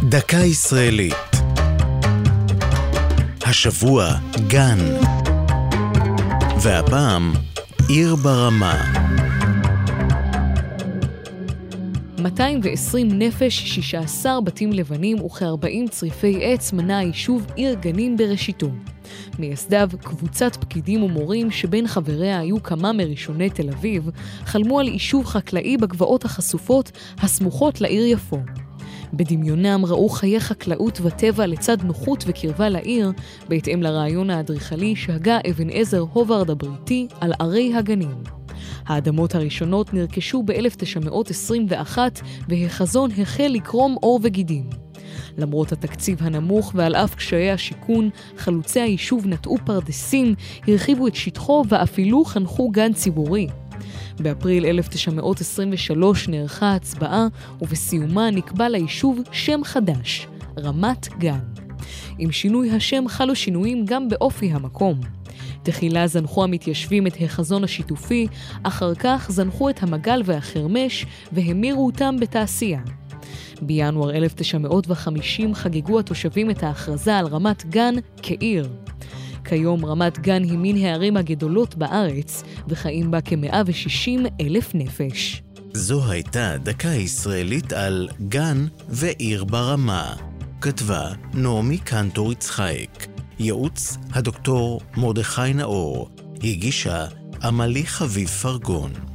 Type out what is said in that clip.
דקה ישראלית. השבוע גן. והפעם עיר ברמה. 220 נפש, 16 בתים לבנים וכ-40 צריפי עץ מנה היישוב עיר גנים בראשיתו. מייסדיו, קבוצת פקידים ומורים שבין חבריה היו כמה מראשוני תל אביב, חלמו על יישוב חקלאי בגבעות החשופות הסמוכות לעיר יפו. בדמיונם ראו חיי חקלאות וטבע לצד נוחות וקרבה לעיר, בהתאם לרעיון האדריכלי שהגה אבן עזר הוברד הבריטי על ערי הגנים. האדמות הראשונות נרכשו ב-1921 והחזון החל לקרום עור וגידים. למרות התקציב הנמוך ועל אף קשיי השיקון, חלוצי היישוב נטעו פרדסים, הרחיבו את שטחו ואפילו חנכו גן ציבורי. באפריל 1923 נערכה הצבעה ובסיומה נקבע ליישוב שם חדש, רמת גן. עם שינוי השם חלו שינויים גם באופי המקום. תחילה זנחו המתיישבים את החזון השיתופי, אחר כך זנחו את המגל והחרמש והמירו אותם בתעשייה. בינואר 1950 חגגו התושבים את ההכרזה על רמת גן כעיר. כיום רמת גן היא מן הערים הגדולות בארץ, וחיים בה כ-160,000 נפש. זו הייתה דקה ישראלית על גן ועיר ברמה. כתבה נעמי קנטור יצחק. ייעוץ הדוקטור מרדכי נאור. הגישה עמלי חביב פרגון.